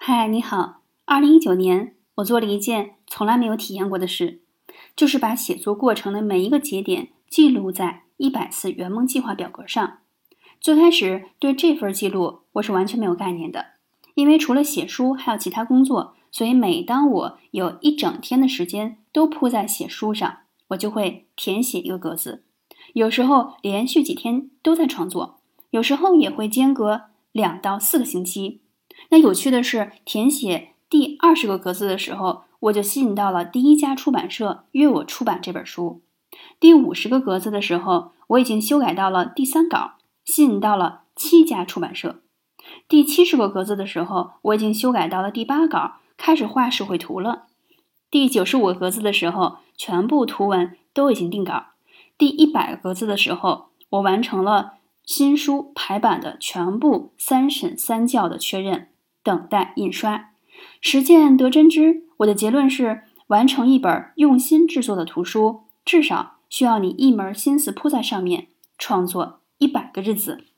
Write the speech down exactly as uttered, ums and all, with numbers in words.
嗨，你好。二零一九年，我做了一件从来没有体验过的事，就是把写作过程的每一个节点记录在一百次圆梦计划表格上。最开始对这份记录我是完全没有概念的，因为除了写书还有其他工作，所以每当我有一整天的时间都扑在写书上，我就会填写一个格子。有时候连续几天都在创作，有时候也会间隔两到四个星期。那有趣的是，填写第二十个格子的时候，我就吸引到了第一家出版社约我出版这本书。第五十个格子的时候，我已经修改到了第三稿，吸引到了七家出版社。第七十个格子的时候，我已经修改到了第八稿，开始画手绘图了。第九十五个格子的时候，全部图文都已经定稿。第一百个格子的时候，我完成了新书排版的全部三审三校的确认，等待印刷。实践得真知，我的结论是，完成一本用心制作的图书，至少需要你一门心思扑在上面，创作一百个日子。